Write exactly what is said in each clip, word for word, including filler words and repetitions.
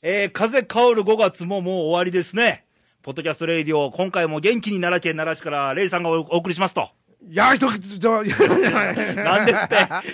えー、風香るごがつももう終わりですね。ポッドキャストレイディオ、今回も元気に奈良県奈良市からレイさんがお送りしますと。 いや、一口、じゃなんですって。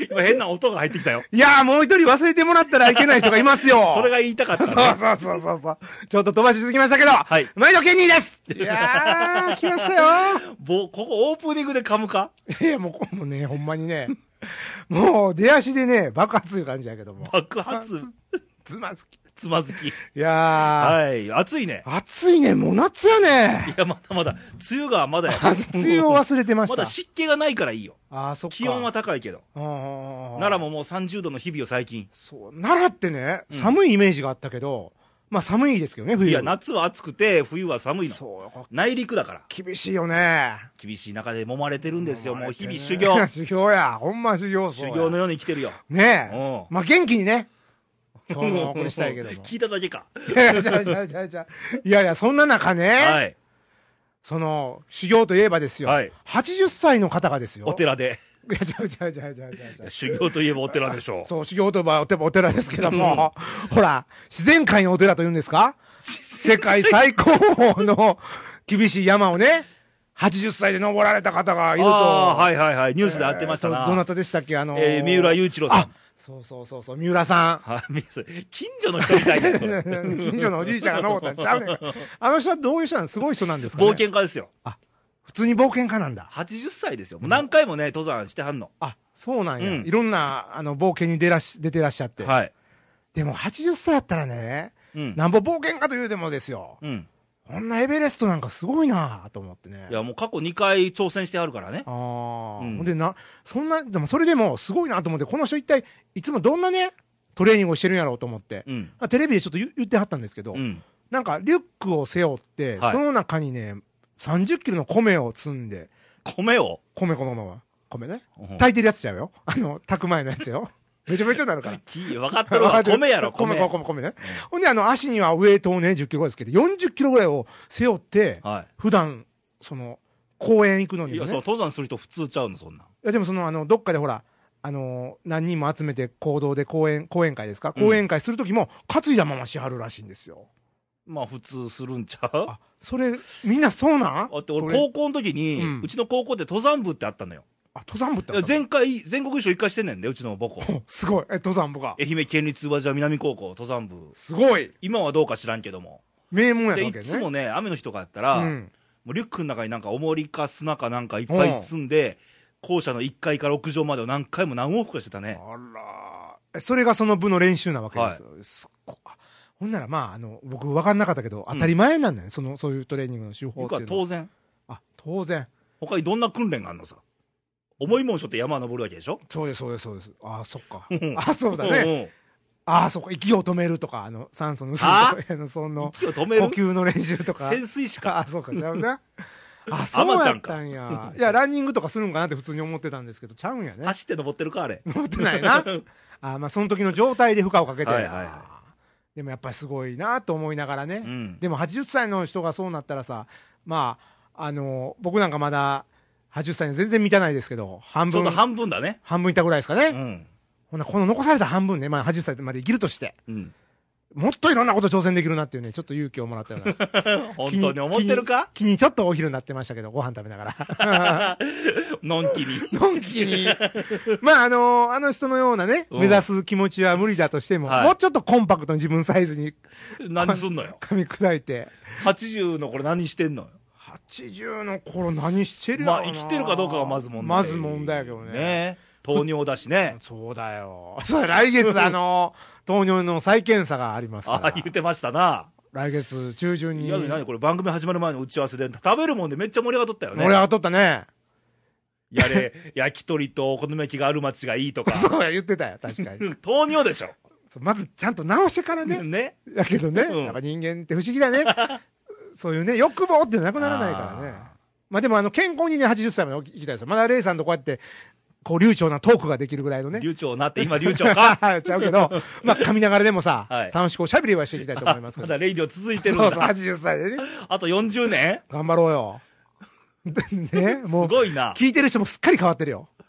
今変な音が入ってきたよ。 いや、もう一人忘れてもらったらいけない人がいますよ。 それが言いたかった、ね。 そうそうそうそうそう。ちょっと飛ばしすぎましたけど。はい。毎度ケニーです。いやー、来ましたよ。 もう、ここオープニングで噛むか？ いや、もう、もうね、ほんまにね。もう、出足でね、爆発いう感じやけども。 爆発つまずき。 つまずき。いやー。 はい。暑いね。 暑いね。もう夏やね。 いや、まだまだ。梅雨がまだや。 梅雨を忘れてました。 まだ湿気がないからいいよ。 ああ、そっか。 気温は高いけど。奈良ももうさんじゅうどの日々を最近。 そう。奈良ってね、寒いイメージがあったけど、まあ寒いですけどね、冬。 いや、夏は暑くて、冬は寒いの。そう。内陸だから。 厳しいよね。 厳しい中で揉まれてるんですよ。もう日々修行。 修行や。ほんま修行。 修行のように生きてるよ。 ねえ。まあ元気にね。今日もお送りしたいけども。 聞いただけか。 いやいやいやいやいやいやいや、そんな中ね。はい。その、修行といえばですよ。はい。はちじゅっさいの方がですよ。 お寺で。 いや、じゃじゃじゃじゃじゃ修行といえばお寺でしょう。 そう、修行といえばお寺ですけども、ほら、自然界のお寺というんですか？世界最高峰の厳しい山をね、はちじゅっさいで登られた方がいると。 はいはいはい。ニュースで会ってましたな。 どなたでしたっけ？あの、 えー、三浦雄一郎さん。 そうそうそうそう、三浦さん。 近所の人みたいな。 近所のおじいちゃんが登ったんちゃうねん。あの人はどういう人なんですか？すごい人なんですかね？ 冒険家ですよ。 あ、普通に冒険家なんだ。 はちじゅっさいですよ。もう何回もね、登山してはんの。 あ、そうなんや。いろんな、あの、冒険に出らし、出てらっしゃって。はい。でもはちじゅっさいやったらね、なんぼ冒険家というでもですよ。うん。こんなエベレストなんかすごいなぁと思ってね。 いや、もう過去にかい挑戦してあるからね。 ああ。ほんでな、そんな、でもそれでもすごいなと思って、この人一体、いつもどんなね、トレーニングをしてるんやろうと思って、うん、テレビでちょっと言ってはったんですけど、うん、なんかリュックを背負って、はい、その中にね、さんじゅっキロの米を積んで。 米を米、米、米。米ね。うん、炊いてるやつちゃうよ。あの、炊く前のやつよ。めちゃめちゃなるから。 分かってるわ。米やろ、米。 米、米、米ね。ほんで、あの、足にはウエイトをね、じゅっキロぐらいつけて、よんじゅっキロぐらいを背負って、はい、普段、その、公園行くのにね。 いや、そう、登山する人普通ちゃうの、そんな。いや、でもその、あの、どっかでほら、あの、何人も集めて行動で講演、講演会ですか？講演会するときも、担いだまましはるらしいんですよ。 まあ、普通するんちゃう？ あ、それ、みんなそうなん？ だって俺、高校の時に、うちの高校で登山部ってあったのよ。 あ、登山部ってあったの？ 前回、全国優勝一回してんねんで、うちの母校。 すごい。え、登山部が。 愛媛県立宇和島南高校登山部。 すごい。 今はどうか知らんけども。 名門やったわけね。 で、いつもね、雨の日とかやったら、うん、もうリュックの中になんか重りか砂かなんかいっぱい積んで、校舎のいっかいから屋上までを何回も何往復してたね。 あら。それがその部の練習なわけですよ。はい、すっごほんならまあ、あの、僕分かんなかったけど、当たり前なんだよ、うん、その、そういうトレーニングの手法っていうのは。 当然。 あ、当然。 他にどんな訓練があるのさ。重いもんしょって山登るわけでしょ？ そうです、そうです、そうです。ああ、そっか。あ、そうだね。ああ、そっか。息を止めるとか、あの、酸素の薄いとか、その、 息を止める呼吸の練習とか。 潜水士か。 あ、そうか、ちゃうな。あ、そうやったんや。いや、ランニングとかするんかなって普通に思ってたんですけど、ちゃうんやね。 走って登ってるか、あれ。 登ってないな。あ、まあ、その時の状態で負荷をかけて。はいはいはい。でもやっぱりすごいなと思いながらね。うん、でもはちじゅっさいの人がそうなったらさ、まあ、あの、僕なんかまだ、はちじゅっさいに全然満たないですけど、半分。 ちょうど半分だね。 半分いったぐらいですかね。うん。ほな、この残された半分ね、まあはちじゅっさいまで生きるとして。うん。もっといろんなこと挑戦できるなっていうね、ちょっと勇気をもらったような。 本当に思ってるか？ 気にちょっとお昼になってましたけど、ご飯食べながら。 のんきに。 のんきに。まあ、あのー、あの人のようなね、目指す気持ちは無理だとしても、はい、もうちょっとコンパクトに自分サイズに。 何すんのよ。 噛み砕いて。 はちじゅうの頃何してんのよ。 はちじゅうの頃何してるやろな。 まあ、生きてるかどうかはまず問題。 まず問題やけどね。 ね糖尿だしね。 そうだよ。そう、来月あのー、糖尿の再検査がありますから。 あ、言ってましたな。 来月中旬に。 いや、何これ番組始まる前の打ち合わせで食べるもんでめっちゃ盛り上がっとったよね。 盛り上がっとったね。 やれ、焼き鳥とお好み焼きがある町がいいとか。 そうや、言ってたよ、確かに。 糖尿でしょ。 まずちゃんと直してからね。ね。だけどね、うん、やっぱ人間って不思議だね。そういうね、欲望ってなくならないからね。まあでもあの、健康にね、はちじゅっさいまで生きたいですよ。まだレイさんとこうやって、こう流暢なトークができるぐらいのね。 流暢なって今流暢かちゃうけど、まあ噛みながらでもさ、はい、楽しくおしゃべりはしていきたいと思いますけど。 まだレイディオ続いてるんだ。 そうそう、はちじゅっさいでね。 あとよんじゅうねん頑張ろうよ。ね、もう。 すごいな。 聞いてる人もすっかり変わってるよ。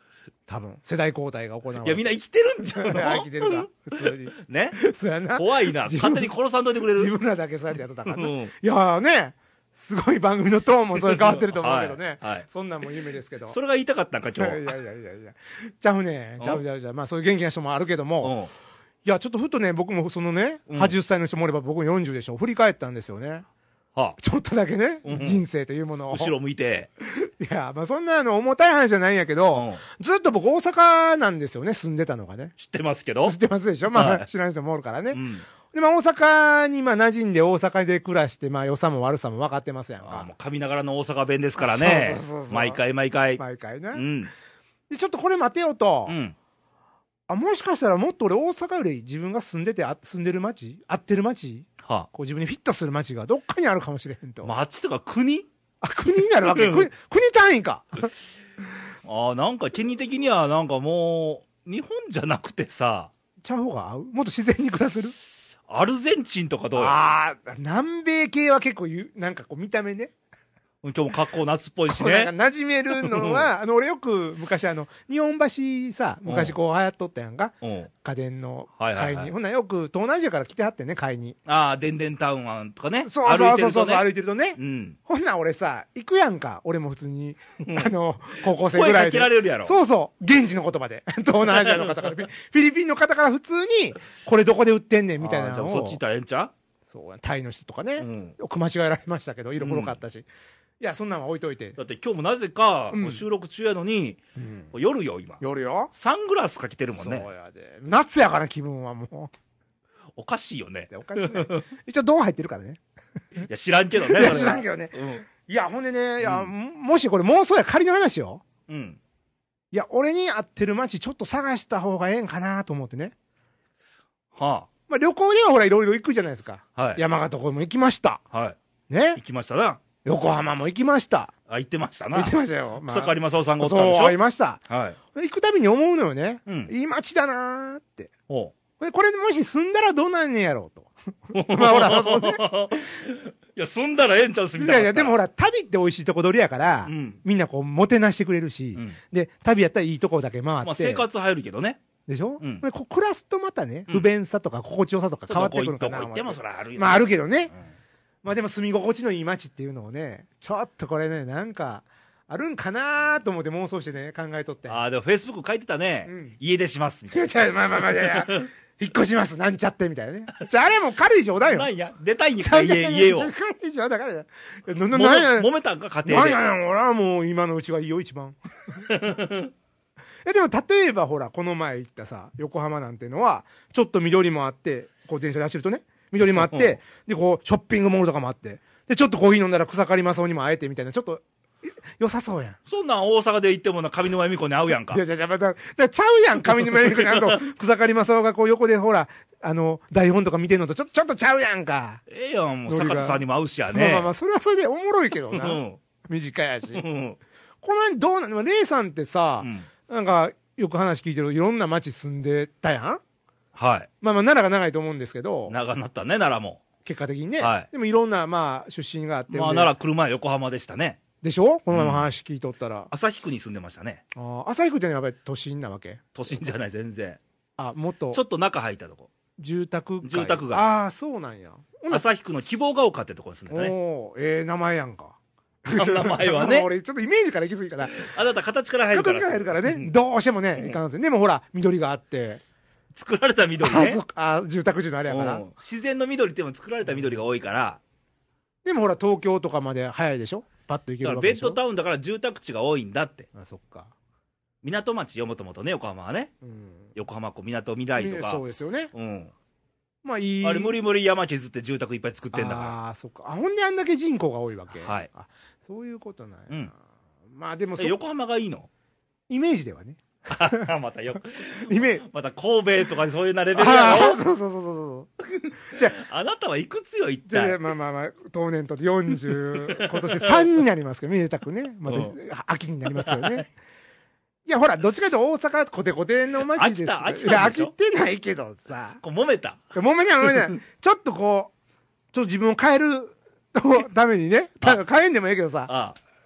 多分世代交代が行われる。 いやみんな生きてるんじゃん生きてるか普通にねそうやな怖いな勝手に殺さんといてくれる。 自分らだけそうやってやっとったからな、 うん、 いやーねすごい番組のトーンもそれ変わってると思うけどね、 はいはい、 そんなんも夢ですけど。 それが言いたかったんか今日。 いやいやいやいやちゃうねちゃうちゃうちゃうまあそういう元気な人もあるけども、いやちょっとふとね僕もそのね、うん、はちじゅっさいの人もおれば僕もよんじゅうでしょ振り返ったんですよね、はあ、ちょっとだけね、うん、人生というものを後ろ向いていやまあそんなの重たい話じゃないんやけど、うん、ずっと僕大阪なんですよね住んでたのがね。 知ってますけど。 知ってますでしょまあ、はい、知らない人もおるからね、うんでまあ、大阪にまあ馴染んで大阪で暮らして、まあ、良さも悪さも分かってますやんか。 あもう噛みながらの大阪弁ですからね。そうそうそうそう毎回毎回毎回ね、 うん、 でちょっとこれ待てよと、 うん、 あもしかしたらもっと俺大阪より自分が住んでてあ住んでる町合ってる町、はあ、こう自分にフィットする町がどっかにあるかもしれへんと。 町とか国あ国になるわけ国, 国単位かあなんか権利的にはなんかもう日本じゃなくてさちゃう方が合うもっと自然に暮らせるアルゼンチンとかどうや。 ああ南米系は結構ゆなんかこう見た目ね今日も格好夏っぽいしね。 なんか馴染めるのはあの俺よく昔あの日本橋さ昔こう流行っとったやんか、うん、家電の買いに、はいはいはい、ほんならよく東南アジアから来てはってね買いに。 ああデンデンタウンとかね。 そうそうそうそう歩いてるとね、うん、ほんなら俺さ行くやんか俺も普通にあの高校生ぐらいで声かけられるやろ。 そうそう現地の言葉で東南アジアの方からフィリピンの方から普通にこれどこで売ってんねんみたいなのを。 そっち行ったらええんちゃう。 そうタイの人とかね、うん、よく間違えられましたけど色黒かったし、うんいやそんなんは置いといて。 だって今日もなぜか、うん、収録中やのに、うん、夜よ今夜よサングラスかけてるもんね。 そうやで夏やから気分はもうおかしいよね。 おかしいね一応ドン入ってるからねいや知らんけどねいや知らんけどね、うん、いやほんでねいや、うん、もしこれ妄想や仮の話よ、うん、いや俺に合ってる街ちょっと探した方がええんかなと思ってね。はあまあ旅行ではほらいろいろ行くじゃないですか、はい、山形これも行きましたはいね行きましたな。 横浜も行きました。 あ、行ってましたな。 行ってましたよ。 まあ、草刈正雄さんがおったんでしょ。 そう、会いました。 はい。 行くたびに思うのよね。うん、いい街だなーって。おう。これもし住んだらどうなんねやろうと。まあほら、そうね。 いや、住んだらええんちゃう住みたい。 いやいや、でもほら、旅って美味しいとこ取りやから、うん、みんなこう、もてなしてくれるし、うん、で、旅やったらいいとこだけ回って。まあ生活入るけどね。 でしょ、うん、でこ暮らすとまたね、不便さとか心地よさとか変わってくるかな。 どこ行ってもそれあるよ、ね。 まああるけどね。うんまあでも住み心地のいい街っていうのをねちょっとこれねなんかあるんかなと思って妄想してね考えとって。 ああでもフェイスブック書いてたね、うん、家出しますみたいなまあまあまあいやいや引っ越しますなんちゃってみたいなね。じゃああれも軽い冗談よ。 なんや出たいんか家家を軽い冗談だから揉めたんか家庭で。 なんや俺はもう今のうちがいいよ一番えでも例えばほらこの前行ったさ横浜なんていうのはちょっと緑もあってこう電車で走るとね緑もあって、で、こう、ショッピングモールとかもあって、で、ちょっとコーヒー飲んだら草刈正雄にも会えてみたいな、ちょっと、良さそうやん。 そんなん大阪で行ってもな、上沼恵美子に会うやんか。 いや、じゃじゃまた、ちゃうやん、上沼恵美子に会うと、草刈正雄がこう横でほら、あの、台本とか見てんのと、ちょっと、ちょっとちゃうやんか。 ええやん、もう坂田さんにも会うしやね。 まあまあまあ、それはそれでおもろいけどな。うん、短いやし。うん、この辺どうなのレイさんってさ、うん、なんか、よく話聞いてる、いろんな街住んでたやんはい。 まあまあ、奈良が長いと思うんですけど。 長なったね、奈良も。 結果的にね、はい、でもいろんなまあ出身があって、 まあ、奈良来る前横浜でしたね。 でしょこの前の話聞いとったら、うん、 旭区に住んでましたね。 あ旭区ってやっぱり都心なわけ。 都心じゃない全然。 あもっとちょっと中入ったとこ住宅住宅街。 ああそうなんや。 旭区の希望が丘ってとこに住んでたね。 おええー、名前やんか。 名前はね俺ちょっとイメージから行き過ぎたらあなた形から入るから形から入るからねどうしてもねいかんせん。でもほら緑があって作られた緑ね。 あ住宅地のあれやから、うん、 自然の緑っても作られた緑が多いから。 でもほら東京とかまで早いでしょパッと行けるわけでしょ。 ベッドタウンだから住宅地が多いんだって。 あそっか港町よもともとね横浜はね、うん、横浜港未来とかそうですよね。 うんまあいいあれ無理無理山削って住宅いっぱい作ってんだから。 ああそっかあほんであんだけ人口が多いわけ。 はいあそういうことなんや、うん、 まあでも横浜がいいのイメージではねまたよイメージまた神戸とかそういうなレベルやろ。 そうそうそうそうそうじゃああなたはいくつよ一体。 まあまあまあ当年とよんじゅう今年さんになりますけどめでたくねまた、うん、秋になりますけどねいやほらどっちかというと大阪コテコテの街です。 飽きた飽きたでしょ。 いや飽きてないけどさこう揉めた揉めない揉めないちょっとこうちょっと自分を変えるためにね、変えんでもいいけどさ、ああ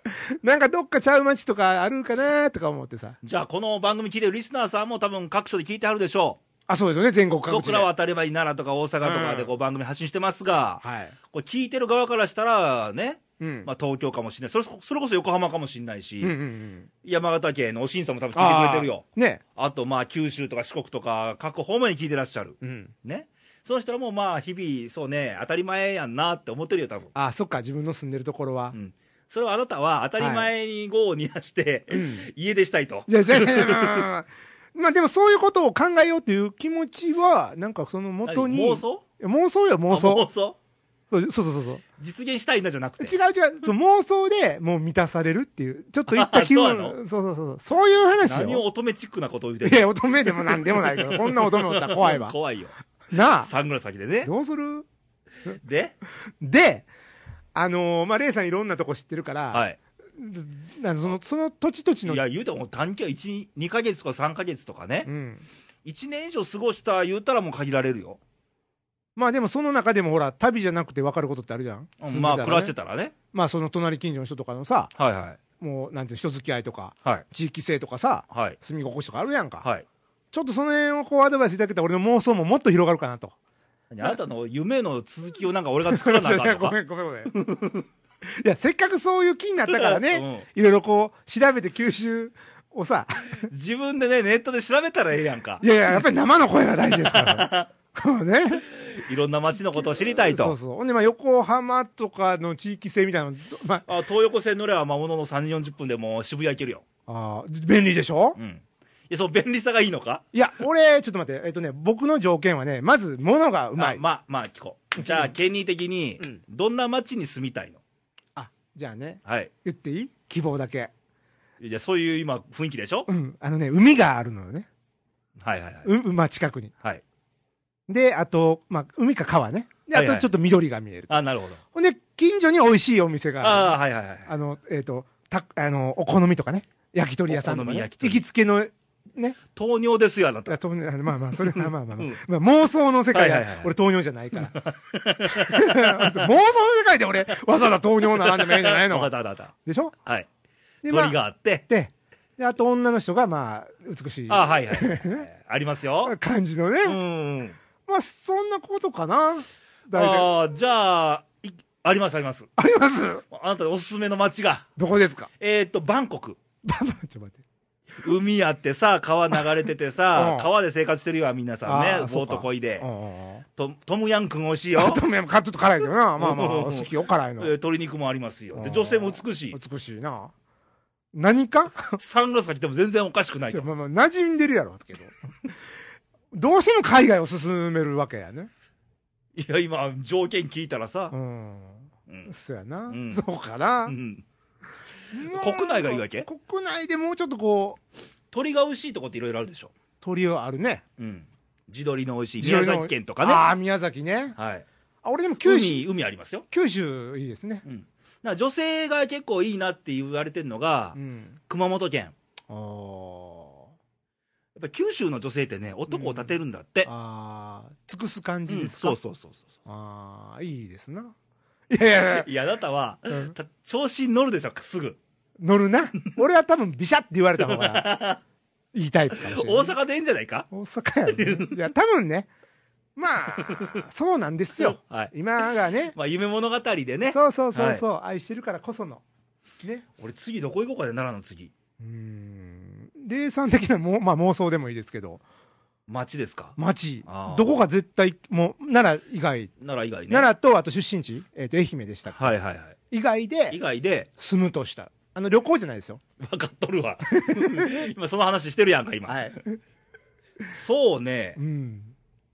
なんかどっかちゃう街とかあるかなとか思ってさ。 じゃあ、この番組聞いてるリスナーさんも多分各所で聞いてはるでしょう。 あ、そうですよね、全国各地で。 僕らは当たり前に奈良とか大阪とかでこう番組発信してますが、 うん、はい、 これ聞いてる側からしたらね、うん、まあ、東京かもしれない、それ、それこそ横浜かもしれないし、うんうんうん、山形県のおしんさんも多分聞いてくれてるよ。あ,、ね、あと、まあ、九州とか四国とか各方面に聞いてらっしゃる。うん、ね。その人らもまあ日々そうね当たり前やんなって思ってるよ多分。 ああ、そっか、自分の住んでるところは、うん、 それをあなたは当たり前に業を煮出して、はい、うん、家出したいと。 いやいやいやいやまあでもそういうことを考えようという気持ちはなんかその元に妄想妄想よ妄想妄想そうそうそうそう実現したいんだじゃなくて違う違う妄想でもう満たされるっていうちょっといった気分そうそうそうそういう話よ。 何を乙女チックなことを言うてる。 いや乙女でもなんでもないけどこんな乙女おったら怖いわ怖いよなあ。 サングラス先でね。 どうするでであのー、まあレイさんいろんなとこ知ってるから、はい、そのその土地土地のいや言うても短期はいち、にかげつとかさんかげつとかね、うん、いちねん以上過ごした言うたらもう限られるよ。 まあでもその中でもほら旅じゃなくて分かることってあるじゃん、 ね、まあ暮らしてたらね、 まあその隣近所の人とかのさ、 はいはい、 もうなんていう人付き合いとか、 はい、 地域性とかさ、 はい、 住み心地とかあるやんか、 はい、 ちょっとその辺をこうアドバイスいただけたら俺の妄想ももっと広がるかなと。 あなたの夢の続きをなんか俺が作らなあかんのかごめんごめんごめんいやせっかくそういう気になったからね、うん、いろいろこう調べて吸収をさ自分でねネットで調べたらええやんか。 いやいややっぱり生の声が大事ですからこうねいろんな街のことを知りたいと。 そうそう。ほんでまあ横浜とかの地域性みたいなの、 まあ、あ東横線乗ればまあもののさんじよんじゅっぷんでもう渋谷行けるよ。 ああ便利でしょ。うん。 いやその便利さがいいのか。 いや俺ちょっと待ってえっとね僕の条件はねまず物がうまい。 あまあまあ聞こう。じゃあ権利的にどんな街に住みたいの。 あじゃあね、 はい、 言っていい希望だけ。 いやそういう今雰囲気でしょ。 うんあのね海があるのよね。 はいはいはい。 うまあ近くに。 はい。 であとまあ海か川ね。であとちょっと緑が見える。 はいはい、あなるほど。 ほんで近所に美味しいお店がある。 あはいはいはい。 あのえっ、ー、とたあのお好みとかね焼き鳥屋さんとか、ね、行きつけのね糖尿ですよあなた。 まあまあそれはまあまあまあ、うんまあ、妄想の世界は俺糖尿じゃないから妄想の世界で俺わざわざ糖尿ならんでもいいんじゃないのでしょ。 はい。鳥があってでであと女の人がまあ美しいあはいはいありますよ感じのね。うんまあそんなことかな。 あじゃあありますありますあります。 あなたおすすめの街がどこですか。 えっとバンコク。 ちょっと待って海あってさ川流れててさ川で生活してるよ皆さんねボートこいでト, トムヤンくん美味しいよ。 トムヤンちょっと辛いけどなまあまあ好きよ辛いの。 鶏肉もありますよ。で女性も美しい美しいな。何かサングラスが来ても全然おかしくないと。 まあまあ馴染んでるやろけどどうしても海外を進めるわけやね。 いや今条件聞いたらさうん、 うん、そうやな、うん、そうかな、うん、 国内がいいわけ。 国内でもうちょっとこう鳥が美味しいとこっていろいろあるでしょ。 鳥はあるね。 うん地鶏の美味しい宮崎県とかね。 ああ宮崎ね。 はいあ俺でも九州 海, 海ありますよ。 九州いいですね。 うんな女性が結構いいなって言われてるのが、うん、熊本県。あやっぱり九州の女性ってね男を立てるんだって、うん、 ああ尽くす感じですか、 うん、そうそうそうそうああいいですな。いやいやいやいやあなたは、うん、調子に乗るでしょすぐ乗るな俺は多分ビシャって言われた方がいいタイプかもしれない。 大阪でいいんじゃないか。 大阪やねいや多分ねまあそうなんですよ、はい、今がね、 まあ、夢物語でね。 そうそうそうそう、はい、愛してるからこそのね。 俺次どこ行こうかで奈良の次。 うーん霊さん的なも、まあ、妄想でもいいですけど町ですか。 町どこが絶対もう奈良以外奈良以外ね奈良とあと出身地、えー、と愛媛でしたっけ。 はいはいはい以外で以外で住むとしたあの旅行じゃないですよ。 分かっとるわ今その話してるやんか今、はい、そうねうん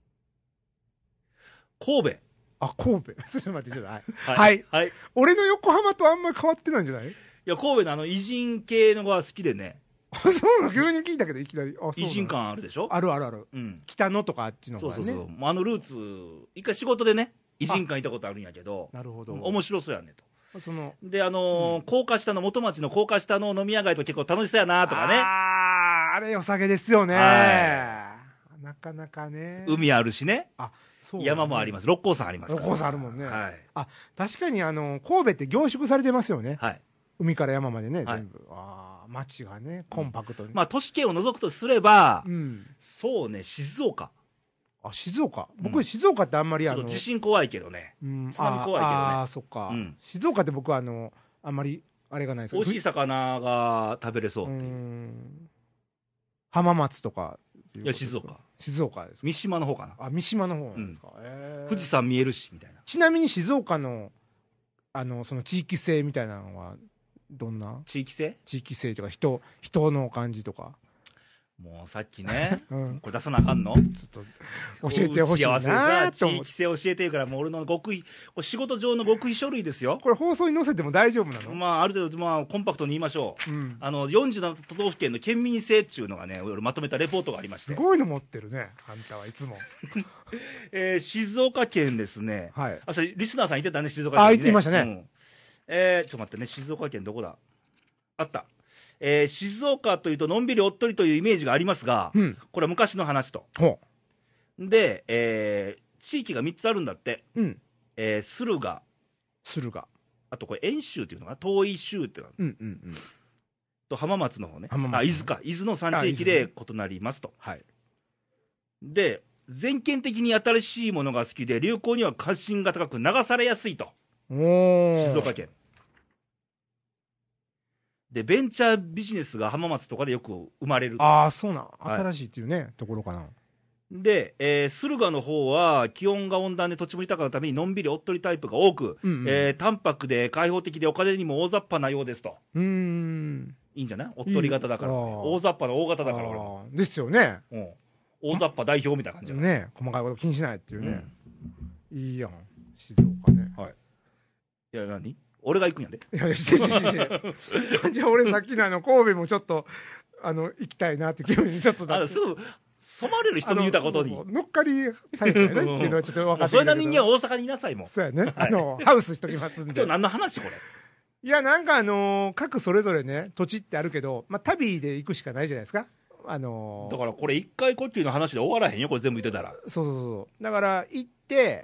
神戸。 あ神戸ちょっと待ってちょっとはい、 はいはいはい、 俺の横浜とあんまり変わってないんじゃない。いや神戸のあの偉人系のが好きでね。 そうなの急に聞いたけどいきなりあ偉人感あるでしょ。 あるあるある、うん、北野とかあっちの方がね。そうそうそうあのルーツ一回仕事でね偉人館行ったことあるんやけど。 なるほど面白そうやねと。そのであのーうん、高架下の元町の高架下の飲み屋街と結構楽しそうやなとかね。 あああれ良さげですよね、はい、なかなかね。 海あるしね。 あそうね、 山もあります。六甲山ありますから。 六甲山あるもんね、 はい、 あ確かにあの神戸って凝縮されてますよね。 はい海から山までね、全部。ああ、街がね、コンパクトに。 まあ、都市圏を除くとすれば、そうね、静岡。 あ、静岡。僕、静岡ってあんまりあの。 ちょっと地震怖いけどね。津波怖いけどね。ああ、そっか。静岡って僕はあの、あんまり、あれがないです。 美味しい魚が食べれそうっていう。 浜松とか。 いや、静岡。 静岡です。 三島の方かな。 あ、三島の方なんですか。 富士山見えるし、みたいな。 ちなみに静岡の、あの、その地域性みたいなのは、どんな地域性地域性とか、人、人の感じとか。 もうさっきね、これ出さなあかんのちょっと教えてほしいなーと。地域性教えてるから、もう俺の極意、仕事上の極意書類ですよ。 これ放送に載せても大丈夫なの？ まあ、ある程度、まあ、コンパクトに言いましょう。うん、あの、よんじゅうなな都道府県の県民性っていうのがね、俺まとめたレポートがありまして。 すごいの持ってるね、あんたはいつも。 えー、静岡県ですね。 はい。 あ、それ、リスナーさんいてたね、静岡県、ね。 あ、言ってましたね。うん、 えー、ちょっと待ってね、静岡県どこだあった。えー、静岡というとのんびりおっとりというイメージがありますが、うん、これは昔の話と。で、えー、地域がみっつあるんだって。うん、えー、駿河。 駿河。 あとこれ遠州っていうのかな、遠い州っていうのが、うんうんうん、と浜松の方ね。浜松のあ、伊豆か。伊豆のさん地域で異なりますと。はい。で、全県的に新しいものが好きで、流行には関心が高く流されやすいと。静岡県。で、ベンチャービジネスが浜松とかでよく生まれると。 ああ、そうなん。新しいっていうね、はい、ところかな。 で、えー、駿河の方は気温が温暖で土地も豊かなためにのんびりおっとりタイプが多く、うんうん、えー、淡白で開放的でお金にも大雑把なようですと。うーん。いいんじゃないおっとり型だから、ね。大雑把な大型だから俺も。 ですよね。 うん。大雑把代表みたいな感じだね。細かいこと気にしないっていうね。うん、いいやん。静岡ね。 はい。いや、何俺が行くんやで。 いやいや、じゃあ俺さっきのあの、神戸もちょっと、あの、行きたいなって気分にちょっとあの、すぐ、染まれる人の言うたことに。 そうそう乗っかりタイプやねっていうのはちょっと分かってる。 それな人間は大阪にいなさいもん。 そうやね。あの、ハウスしときますんで。 今日何の話これ。 いや、なんかあの、各それぞれね、土地ってあるけど、まあ、旅で行くしかないじゃないですか。あのだからこれ一回呼吸の話で終わらへんよ、これ全部言ってたら。 そうそうそう。だから、行って、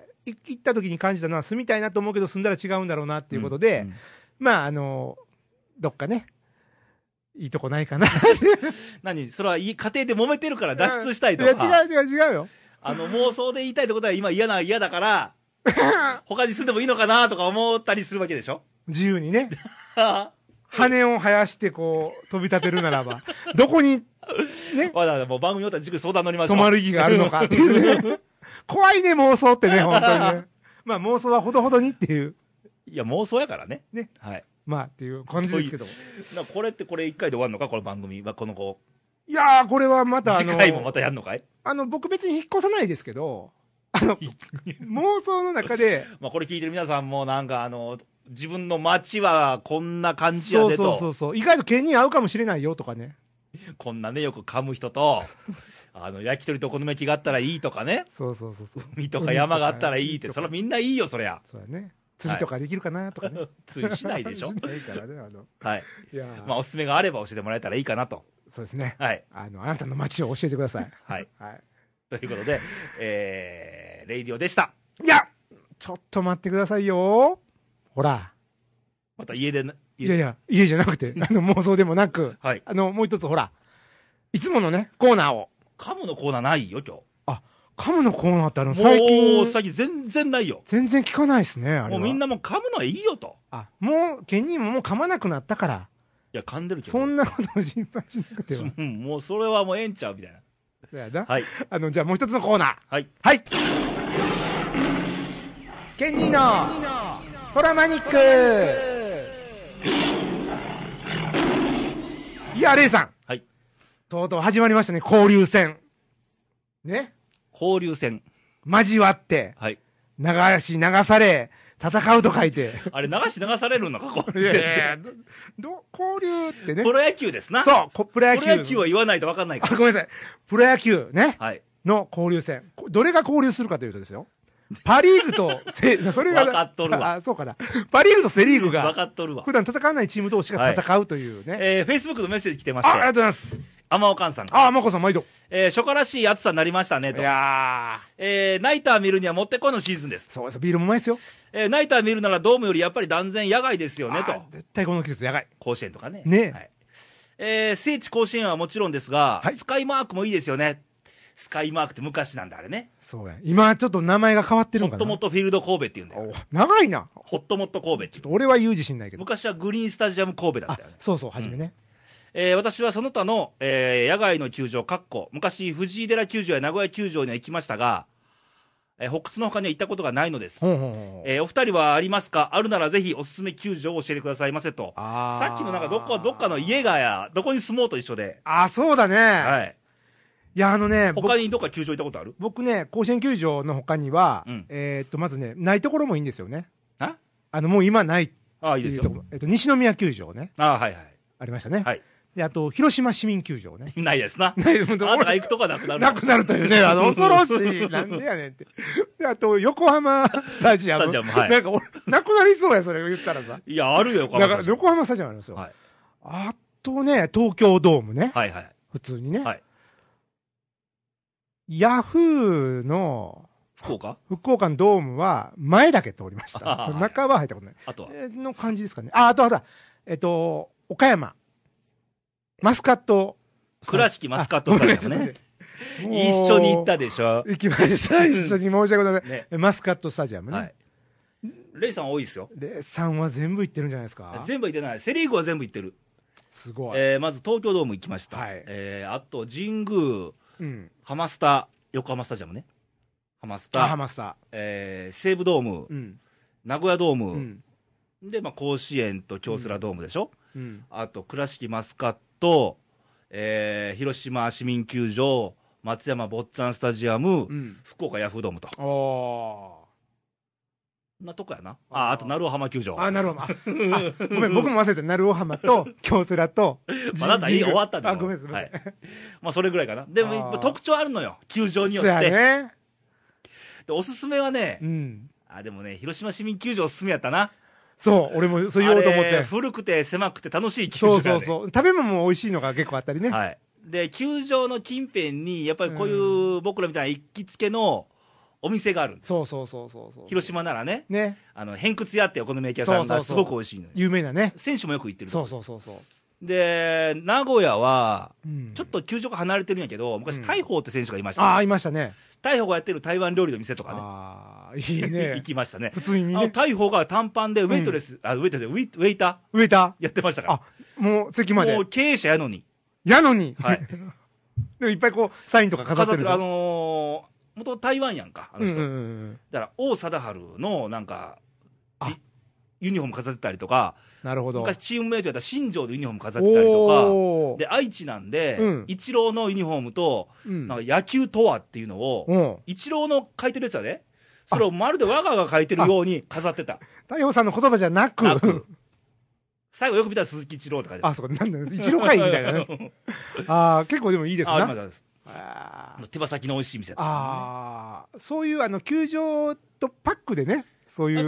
行った時に感じたのは住みたいなと思うけど住んだら違うんだろうなっていうことで、うんうん、まああのどっかねいいとこないかな何それは家庭で揉めてるから脱出したいとか。 いや違う違う違うよ。あの妄想で言いたいってことは今嫌な嫌だから他に住んでもいいのかなとか思ったりするわけでしょ。 自由にね羽を生やしてこう飛び立てるならばどこにねわざわざもう番組終わったらじっくり相談乗りましょう。 泊まる意義があるのかっていうね怖いね妄想ってね本当にねまあ妄想はほどほどにっていう。 いや妄想やからね。 ね。はい。まあっていう感じですけど。 これってこれいっかいで終わるのかこの番組はこの子。 いやーこれはまたあの次回もまたやるのかい。 あの僕別に引っ越さないですけどあの妄想の中でまあこれ聞いてる皆さんもなんかあの自分の街はこんな感じやでと。 そうそうそうそう意外と県に合うかもしれないよとかね。 こんなねよく噛む人とあの焼き鳥とお好み焼きがあったらいいとかね。 そうそうそうそう海とか山があったらいいってそれはみんないいよそりゃ。 そうやね。釣りとかできるかなとかね。 釣りしないでしょ。 しないからねあの。 はい。いやまあおすすめがあれば教えてもらえたらいいかなと。 そうですね。 はい。 あのあなたの街を教えてください。 はい。はい。ということで、えー、レイディオでした。 いやちょっと待ってくださいよ。ほら。 また家でいやいや家じゃなくてあの妄想でもなく、はい、あのもう一つほらいつものねコーナーを。 カムのコーナーないよ今日。 あカムのコーナーってあの最近もう最近全然ないよ。 全然聞かないですねあれは。 もうみんなもう噛むのはいいよと。 あもうケニーももう噛まなくなったから。 いや噛んでるけどそんなことを心配しなくてはうん、もうそれはもうええんちゃうみたいな。 そうやな。 はい。 あのじゃあもう一つのコーナー。 はいはいケニーのトラマニック。いやレイさん。 はい。 とうとう始まりましたね交流戦。ね。 交流戦。 交わって。 はい。 流し流され。戦うと書いて。 あれ、流し流されるのか、交流戦って。 ど、交流ってね。 プロ野球ですな。 そう、プロ野球。 プロ野球は言わないと分かんないから。 ごめんなさい。プロ野球ね。 はい。 の交流戦。どれが交流するかというとですよ。パリーグと、せ、それが。 分かっとるわ。 あ、そうかな。パリーグとセリーグが。 分かっとるわ。 普段戦わないチーム同士が戦うというね。 えー、Facebook のメッセージ来てまして。 あ、ありがとうございます。 天岡さんああ、まこさん毎度。 えー、初夏らしい暑さになりましたね、と。 いやー。えー、ナイター見るにはもってこいのシーズンです。 そうです、ビールもうまいですよ。 えー、ナイター見るならドームよりやっぱり断然野外ですよね、と。 絶対この季節野外。 甲子園とかね。 ね。 はい。えー、聖地甲子園はもちろんですが、はい、スカイマークもいいですよね。スカイマークって昔なんだ、あれね。 そうや。今ちょっと名前が変わってるんかな。 ホットモットフィールド神戸っていうんだよ。 長いな。 ホットモット神戸って。 ちょっと俺は言う自信ないけど。 昔はグリーンスタジアム神戸だったよね。 そうそう、初めね。 うん、えー、私はその他の、えー、野外の球場、かっこ、昔、藤井寺球場や名古屋球場には行きましたが、えー、ホックスの他には行ったことがないのです。ほうほうほう、えー、お二人はありますか？あるならぜひおすすめ球場を教えてくださいませと。さっきのなんかどっか、どっかの家がや、どこに住もうと一緒で。 ああ、そうだね。 はい。 いや、あのね、 他にどっか球場行ったことある？ 僕ね、甲子園球場の他には、うん、えっと、まずね、ないところもいいんですよね。ああの、もう今ない。 ああ、いいですよ。 えっと、西宮球場ね。 ああ、はいはい。 ありましたね。 はい。 で、あと、広島市民球場ね。 ないですな。ない、あなたが行くとこなくなる。 なくなるというね、あの、恐ろしい。なんでやねんって。で、あと、横浜スタジアム。 スタジアム、はい。 なんか、俺、なくなりそうや、それ言ったらさ。 いや、あるよ、 横浜スタジアム。横浜スタジアムあるんですよ。はい。あとね、東京ドームね。 はいはい。 普通にね。 はい。 ヤフーの、 福岡福岡のドームは、前だけ通りました。中は入ったことない。 あとはの感じですかね。あ、あとは、えっと、岡山。マスカット。 倉敷マスカットスタジアムね。一緒に行ったでしょ。 行きました。一緒に申し訳ございません。マスカットスタジアムね。 レイさん多いですよ。 レイさんは全部行ってるんじゃないですか。 全部行ってない。セリーグは全部行ってる。 すごい。 えー、まず東京ドーム行きました。はい。えー、あと神宮、うん、ハマスタ、横浜スタジアムね。ハマスタ。 ハマスタ。 えー、西武ドーム、うん、名古屋ドーム、うん、で、まあ、甲子園と京セラドームでしょ。うん、あと、倉敷マスカット、えー、広島市民球場、松山坊っちゃんスタジアム、うん、福岡ヤフードームと。おー。なとこやな。あ、あと、鳴尾浜球場。 あ、鳴尾浜。ごめん、僕も忘れて、鳴尾浜と、京セラと。 まあ、あなた終わったんだあ、ごめんなさい。 まあ、それぐらいかな。でも、特徴あるのよ。球場によって。そうやね。で、おすすめはね、うん。あ、でもね、広島市民球場おすすめやったな。 そう、俺もそう言おうと思って。 古くて狭くて楽しい球場やね。 そうそうそう。食べ物も美味しいのが結構あったりね。 はい。で、球場の近辺に、やっぱりこういう僕らみたいな行きつけのお店があるんです。 そうそうそうそう。 広島ならね。 ね。 あの、偏屈屋ってお好み焼き屋さんがすごく美味しいのよ。 有名なね。 選手もよく行ってる。 そうそうそうそう。 で、名古屋は、ちょっと球場が離れてるんやけど、昔、大鵬って選手がいました、ね。 ああ、いましたね。 大鵬がやってる台湾料理の店とかね。 ああ、いいね。 行きましたね。 普通にね。 大鵬が短パンでウェイトレス、あ、ウェイトレス、ウェイウェイターウェイターやってましたから。 あ、もう席まで。 もう経営者やのに。 やのにはい。 でもいっぱいこう、サインとか飾ってる。 あのー、元台湾やんか、あの人。だから、王貞治の、なんか、ユニフォーム飾ってたりとか、 なるほど。 昔チームメイトやった新庄のユニフォーム飾ってたりとか、で、愛知なんで、うん、イチローのユニフォームと、うん、なんか野球とはっていうのを、うん、イチローの書いてるやつはね、それをまるで我がが書いてるように飾ってた。 大鵬さんの言葉じゃなく、なく最後よく見たら鈴木一郎って書いてある。 あ、そうか、なんだよ、一郎会みたいなね。ああ、結構でもいいですね。あ、 です。あ手羽先の美味しい店だった、ね。 ああ、そういう、あの、球場とパックでね、そういう。 だって、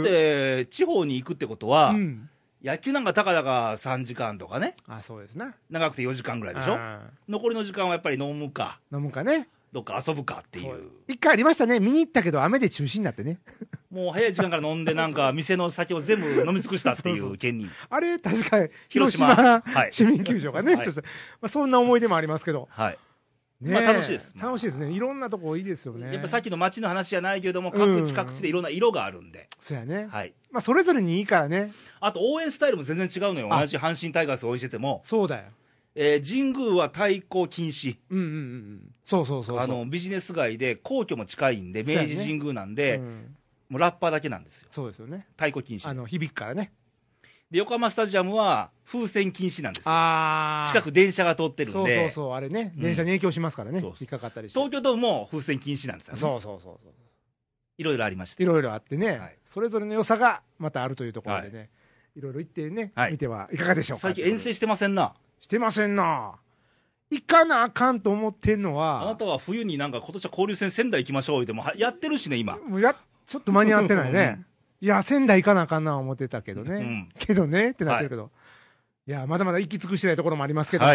地方に行くってことは、うん、野球なんかたかだかさんじかんとかね。 あ、そうですね。 長くてよじかんぐらいでしょ。残りの時間はやっぱり飲むか。 飲むかね。 どっか遊ぶかっていう。 一回ありましたね。見に行ったけど雨で中止になってね。 もう早い時間から飲んでなんか店の酒を全部飲み尽くしたっていう件に。そうそうあれ確かに広島、広島市民球場がね、はい、ちょっと、まあ、そんな思い出もありますけど。 はい。ね、まあ楽しいです。 楽しいですね。いろんなとこいいですよね。 やっぱさっきの街の話じゃないけれども、各地各地でいろんな色があるんで。 そうやね。 はい。 まあそれぞれにいいからね。 あと応援スタイルも全然違うのよ。同じ阪神タイガースを応援してても。 そうだよ。 えー、神宮は対抗禁止。 うんうんうん。そうそうそうそう。 あの、ビジネス街で皇居も近いんで、明治神宮なんで、ねうん、もうラッパーだけなんですよ。 そうですよね。 対抗禁止。 あの、響くからね。 で、横浜スタジアムは風船禁止なんですよ。あ近く電車が通ってるんで。 そうそうそう、あれね、電車に影響しますからね。うん、引っかかったりして。 東京ドームも風船禁止なんですよね。 そうそうそうそう。 いろいろありました。 いろいろあってね、はい、それぞれの良さがまたあるというところでね、はい、いろいろ行ってね、はい、見てはいかがでしょうか。 最近遠征してませんな。 してませんな。行かなあかんと思ってんのは。 あなたは冬になんか今年は交流戦仙台行きましょう言ってもやってるしね、今。 もうや、ちょっと間に合ってないね。いや、仙台行かなあかんな思ってたけどね。うん、けどね、ってなってるけど。はい、いや、まだまだ行き尽くしてないところもありますけども。はい、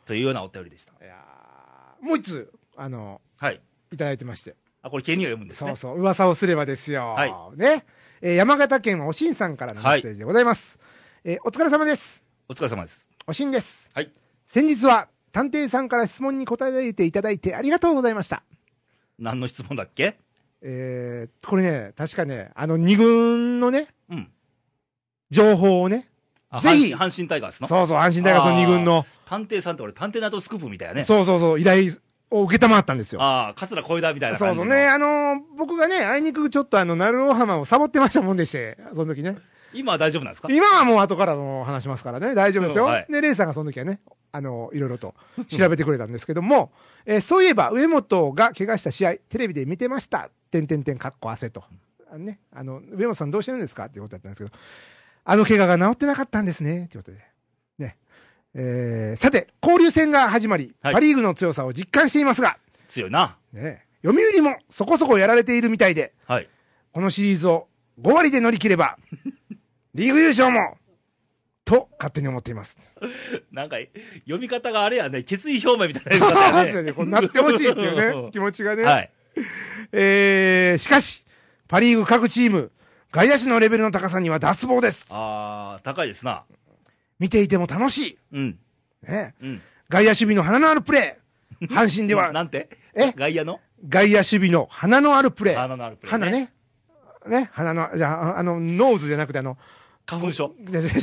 というようなお便りでした。いやもう一つ、あの、はい。いただいてまして。 あ、これ、ケニーが読むんですね。 そうそう、噂をすればですよ。はい。ね。えー、山形県おしんさんからのメッセージでございます。はい、えー、お疲れ様です。 お疲れ様です。 おしんです。 はい。 先日は、探偵さんから質問に答えていただいてありがとうございました。 何の質問だっけ？ えー、これね、確かね、あの、二軍のね、うん。情報をね、 ぜひ。阪神タイガースのそうそう、阪神タイガースの二軍の。 探偵さんって俺、探偵ナイトスクープみたいなね。 そうそうそう、依頼を受けたまったんですよ。 ああ、桂小枝みたいな感じ。 そうそうね、あのー、僕がね、あいにくちょっとあの、鳴尾浜をサボってましたもんでして、その時ね。 今は大丈夫なんですか？ 今はもう後からも話しますからね、大丈夫ですよ。はい、で、レイさんがその時はね、あの、いろいろと調べてくれたんですけども、えー、そういえば、上本が怪我した試合、テレビで見てました。てんてんてん、かっこ汗と。あのね、あの、上本さんどうしてるんですかっていうことだったんですけど、あの怪我が治ってなかったんですね、ということで。ね。えー、さて、交流戦が始まり、はい、パリーグの強さを実感していますが、 強いな。 ね。読売もそこそこやられているみたいで、はい、このシリーズをご割で乗り切れば、リーグ優勝も、と勝手に思っています。 なんか、読み方があれやね、決意表明みたいな読み方やね。 こうなってほしいっていうね、気持ちがね。はい。えー、しかし、パリーグ各チーム、外野手のレベルの高さには脱帽です。 あー、高いですな。 見ていても楽しい。 うん。 ね。うん。外野守備の花のあるプレー。阪神では。 なんてえ外野の外野守備の花のあるプレー。 花のあるプレー、ね。 花ね。ね。花の、じゃあ、あの、ノーズじゃなくてあの、 花粉症。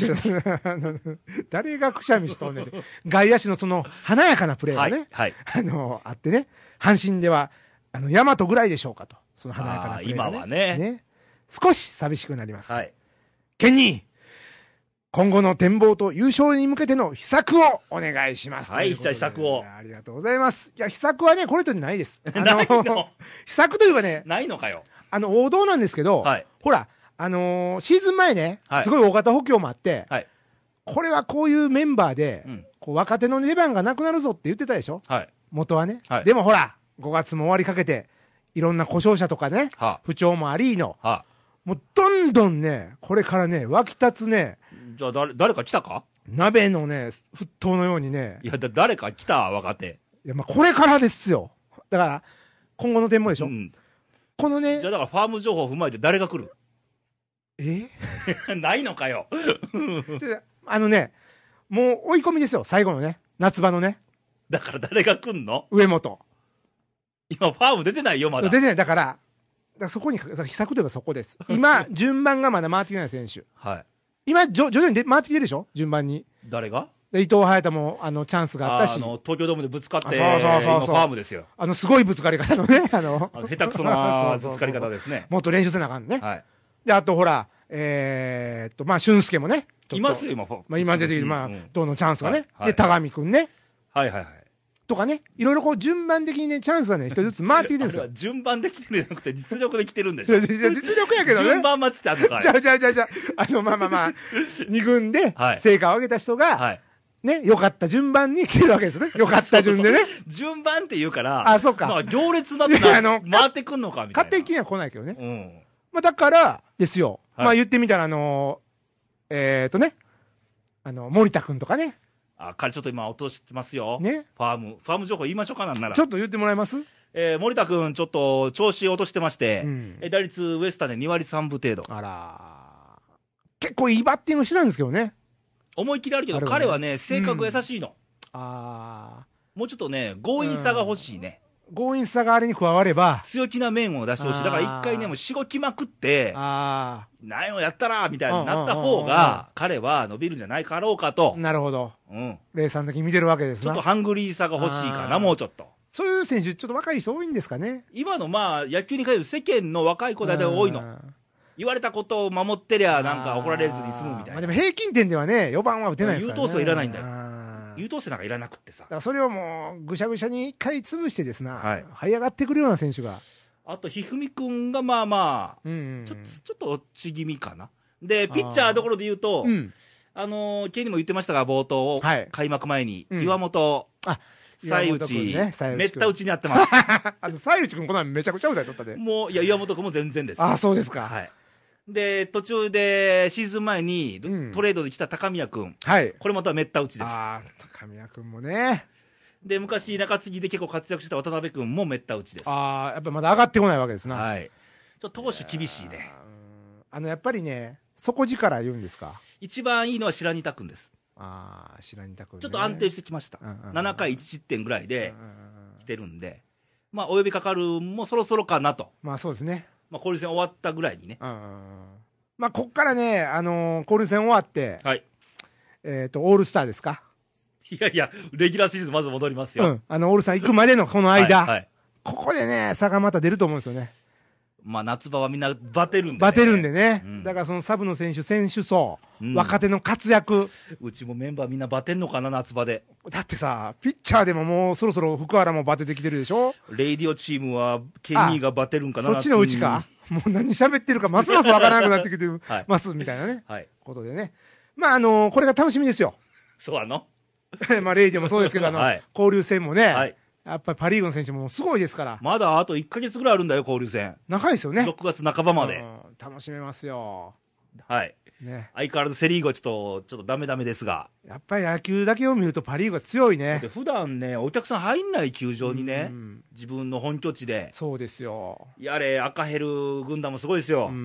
誰がくしゃみしとんねん。外野手のその華やかなプレーがね、 はい、 はい、あの、あってね、阪神では、あの、大和ぐらいでしょうかと。その華やかなプレーが、ね。 今はね。ね。 少し寂しくなります。はい。ケニー、今後の展望と優勝に向けての秘策をお願いします。 はい、秘策を。 ありがとうございます。いや、秘策はね、これとないです。 あのないの秘策というかね、 ないのかよ。 あの、王道なんですけど、はい、ほら、あのー、シーズン前ね、はい、すごい大型補強もあって、はい、これはこういうメンバーで、うん、こう若手の出番がなくなるぞって言ってたでしょ、はい、元はね、はい、でもほら、ごがつも終わりかけて、いろんな故障者とかね、はあ、不調もありの、はあ、もうどんどんね、これからね、湧き立つね、 じゃあ誰、誰か来たか？ 鍋のね、沸騰のようにね。 いや、だ誰か来た、若手。 いや、まあ、これからですよ。だから、今後の展望でしょ、うん、このね。 じゃあ、だからファーム情報を踏まえて誰が来る？ えないのかよ。 あのね、もう追い込みですよ、最後のね。夏場のね。 だから誰が来んの？ 上本。 今、ファーム出てないよ、まだ。 出てない。だから、だからそこに、秘策といえばそこです。今、順番がまだ回ってきてない選手。はい。今、徐々に回ってきてるでしょ順番に。 誰が？ 伊藤隼太も、あの、チャンスがあったし。あの、 東京ドームでぶつかって、そうそうそうそう。 ファームですよ。 あの、すごいぶつかり方のね、あの、 あの下手くそなぶつかり方ですね。 もっと練習せなあかんね。はい。で、あとほら、えー、っと、まあ、俊介もね。 いますよ、今。 まあ、今出てきて、まあ、どのチャンスがね。で、田上くんね。 はいはいはい。 とかね。いろいろこう、順番的にね、チャンスはね、一人ずつ回ってきてるんですよ。 順番で来てるんじゃなくて、実力で来てるんでしょ。 実力やけどね。 順番待ちってあるのかい。 じゃあじゃあじゃあじゃあ、あの、まあまあまあ、二軍で、成果を上げた人が、はい。ね、良かった順番に来てるわけですね。良かった順でね。 そうそうそう順番って言うから、 あ、そうか。 なんか行列だってな、あの回ってくんのかみたいな。 勝手には来ないけどね。うん。まあだから、ですよ。はい、まあ言ってみたら、あのー、えー、っとね、あの、森田くんとかね。 あ、彼ちょっと今落としてますよ。ね。ファーム。ファーム情報言いましょうかなんなら。 ちょっと言ってもらえます？ えー、森田くんちょっと調子落としてまして、うん、え打率ウエスタでにわりさんぶ程度。 あら結構いいバッティングしてたんですけどね。 思い切りあるけど、ね、彼はね、性格優しいの。うん、ああ。もうちょっとね、強引さが欲しいね。 強引さがあれに加われば。 強気な面を出してほしい。だから一回ね、もうしごきまくって、ああ。何をやったらみたいになった方が、彼は伸びるんじゃないかろうかと。 なるほど。うん。レイさんだけ見てるわけですな。 ちょっとハングリーさが欲しいかな、もうちょっと。 そういう選手、ちょっと若い人多いんですかね。 今のまあ、野球に限る世間の若い子だけ多いの。言われたことを守ってりゃ、なんか怒られずに済むみたいな。まあでも平均点ではね、よばんは打てないですからね。優等生いらないんだよ。優等生なんかいらなくってさ。だからそれをもう、ぐしゃぐしゃに一回潰してですな、はい、這い上がってくるような選手が。 あと、ひふみくんがまあまあ、うんうんうん、ちょっと、ちょっと落ち気味かな。で、ピッチャーどころで言うと、あ,、うん、あのー、ケイにも言ってましたが、冒頭、はい、開幕前に、うん、岩本、あ西内、ね、めった打ちにやってます。 あの、西内くんこの前めちゃくちゃ歌い取ったで。 もう、いや、岩本くんも全然です。 あ、そうですか。 はい。で、途中で、シーズン前に、うん、トレードで来た高宮くん。はい。これまためった打ちです。 ああ、高宮くんもね。 で、昔、中継ぎで結構活躍した渡辺君もめった打ちです。 ああ、やっぱまだ上がってこないわけですな。 はい。ちょっと投手厳しいね。 あの、やっぱりね、底力言うんですか。 一番いいのは白仁田君です。 ああ、白仁田君、ね。 ちょっと安定してきました。うんうんうん、ななかいいち失点ぐらいで来てるんで、まあ、お呼びかかるもそろそろかなと。 まあ、そうですね。 まあ、交流戦終わったぐらいにね。 うんうんうん、まあ、こっからね、あのー、交流戦終わって、 はい。 えっ、ー、と、オールスターですか。 いやいや、レギュラーシリーズまず戻りますよ。 うん。あの、オールスター行くまでのこの間、はいはい、ここでね、差がまた出ると思うんですよね。 まあ、夏場はみんなバテるんでね。 バテるんでね。うん、だからそのサブの選手、選手層、うん、若手の活躍。 うちもメンバーみんなバテんのかな、夏場で。 だってさ、ピッチャーでももうそろそろ福原もバテてきてるでしょ。 レイディオチームは、ケニーがバテるんかな。 そっちのうちか。もう何喋ってるか、ますますわからなくなってきてます、みたいなね。はい。ことでね。まあ、あのー、これが楽しみですよ。 そうなのまあ、レイディオもそうですけど、あの、はい、交流戦もね。はい。やっぱりパ・リーグの選手もすごいですから。 まだあといっかげつぐらいあるんだよ、交流戦。 長いですよね。 ろくがつなかばまで。 楽しめますよ。 はい。ね。相変わらずセ・リーグはちょっと、ちょっとダメダメですが。 やっぱり野球だけを見るとパ・リーグは強いね。 普段ね、お客さん入んない球場にね、うん、自分の本拠地で。 そうですよ。 やれ、赤ヘル軍団もすごいですよ。うん、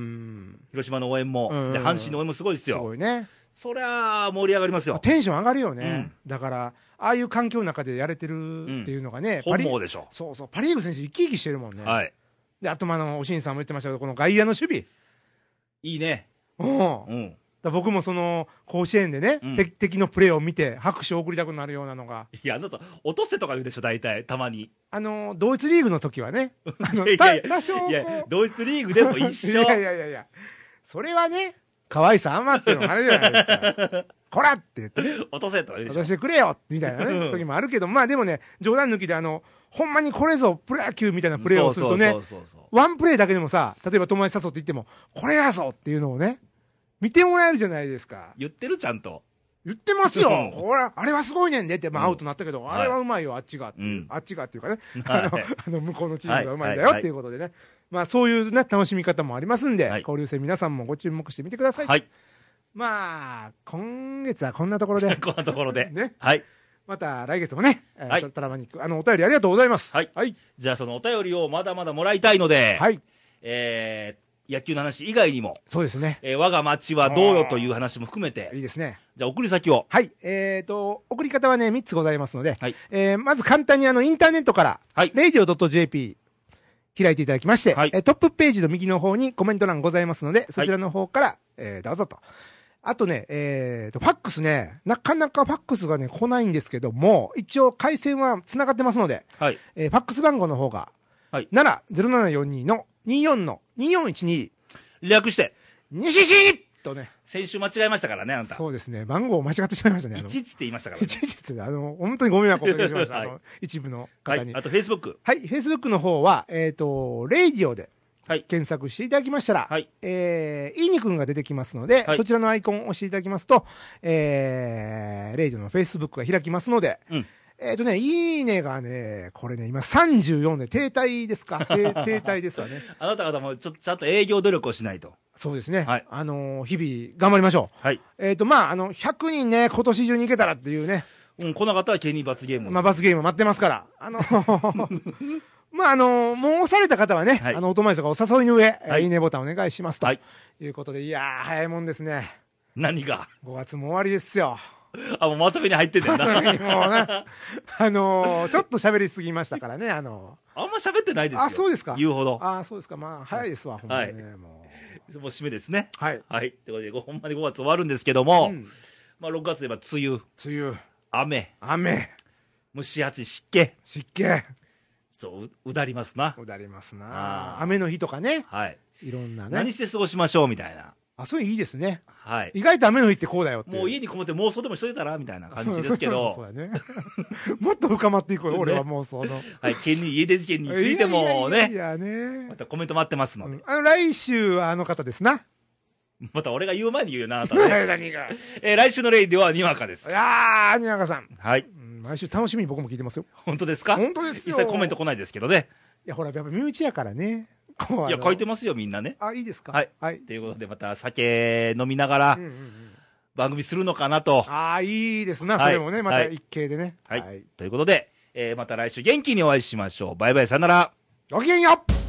広島の応援も、うん。で、阪神の応援もすごいですよ。 すごいね。 そりゃあ盛り上がりますよ。 テンション上がるよね。うん、だから、ああいう環境の中でやれてるっていうのがね、 うん、本望でしょ。 そうそう、パ・リーグ選手生き生きしてるもんね。はい。で、あと、まあの、おしんさんも言ってましたけど、この外野の守備。 いいね。 うん。うん。だ僕もその、甲子園でね、うん、敵のプレーを見て、拍手を送りたくなるようなのが。 いや、あなた、落とせとか言うでしょ、大体、たまに。 あの、同一リーグの時はね。あの、 いやいや多少。いや、同一リーグでも一緒。 いやいやいやいや。それはね、可愛さ余ってるのもあるじゃないですか。こらって言ってね。 落とせとか言うでしょ。 落としてくれよみたいなね、時もあるけど、まあでもね、冗談抜きであの、ほんまにこれぞプロ野球みたいなプレーをするとね、ワンプレーだけでもさ、例えば友達誘って言っても、これやぞっていうのをね、見てもらえるじゃないですか。 言ってるちゃんと。 言ってますよ。これ、あれはすごいねんでって、まあアウトになったけど、あれはうまいよ、あっちがっていう。あっちがっていうかね、あの、あの向こうのチームがうまいんだよっていうことでね。まあそういうね、楽しみ方もありますんで、交流戦皆さんもご注目してみてください。はい。まあ、今月はこんなところで。 こんなところで。 ね。 はい。 また来月もね、はい。トラマニック、あの、お便りありがとうございます。 はい。はい。じゃあそのお便りをまだまだもらいたいので、 はい。 えー、野球の話以外にも。 そうですね。 えー、我が町はどうよという話も含めて。 いいですね。 じゃあ送り先を。 はい。えーと、送り方はね、みっつございますので、はい。えー、まず簡単にあの、インターネットから、はい。レイディオ ドット ジェーピー、開いていただきまして、はい、えトップページの右の方にコメント欄ございますので、そちらの方から、はい、えー、どうぞと。あとね、えーと、ファックスね、なかなかファックスがね、来ないんですけども、一応回線は繋がってますので、はい、えー、ファックス番号の方が、はい、なな ゼロななよんに の にじゅうよん の によんいちに略して、 西市とね。 先週間違えましたからね、あなた。 そうですね。番号を間違ってしまいましたね。 いちいちって言いましたからね。 いちいちって、あの、本当にご迷惑をおかけしました。はい、あの、一部の方に。 はい、あと、フェイスブック。 はい、フェイスブックの方は、えっと、レイディオで、はい、検索していただきましたら、はい、えー、いいにくんが出てきますので、はい、そちらのアイコンを押していただきますと、えー、レイディオのフェイスブックが開きますので、うん、えっとね、いいねがね、これね、今さんじゅうよんで停滞ですか停滞ですわね。 あなた方もちょっとちゃんと営業努力をしないと。 そうですね。はい、あのー、日々頑張りましょう。はい。えっと、まあ、あの、ひゃくにんね、今年中に行けたらっていうね。 うん、来なかったらケニー罰ゲーム。 まあ、罰ゲーム待ってますから。あのー、まあ、あのー、もう押された方はね、はい、あの、お友達とかお誘いの上、はい、いいねボタンお願いしますと。はい。いうことで、いやー、早いもんですね。 何が ? ご 月も終わりですよ。 あ、もうまとめに入ってんだよな。まとめにもうな。あのー、ちょっと喋りすぎましたからね、あのー。あんま喋ってないですよ。 あ、そうですか。 言うほど。 あ、そうですか。まあ、早いですわ、ほんまにね、もう。 もう締めですね。 はい。 はい。ということで、ほんまにごがつ終わるんですけども、うん、まあ、ろくがつで言えば梅雨。 梅雨。 雨。 雨。 蒸し暑い湿気。 湿気。 ちょっとう、うだりますな。 うだりますな。雨の日とかね。 はい。 いろんなね。 何して過ごしましょうみたいな。 あ、それいいですね。 はい。 意外と雨の日ってこうだよって。 もう家にこもって妄想でもしといたらみたいな感じですけど。 そうやね。もっと深まっていこうよ、俺は妄想の。 はい。県に、家出事件についてもね。 いやね。 またコメント待ってますので。 あの、来週はあの方ですな。 また俺が言う前に言うよな、あなたね。 何が。 えー、来週のレイではにわかです。 いやー、にわかさん。 はい。 毎週楽しみに僕も聞いてますよ。 本当ですか？ 本当ですよ。 実際コメント来ないですけどね。 いや、ほら、やっぱ身内やからね。 いや、書いてますよ、みんなね。 あ、いいですか？ はい。はい。ということで、また酒飲みながら、番組するのかなと。 ああ、いいですな、それもね。また一景でね。 はい。ということで、 えー、また来週元気にお会いしましょう。バイバイ、さよなら。 ごきげんよう。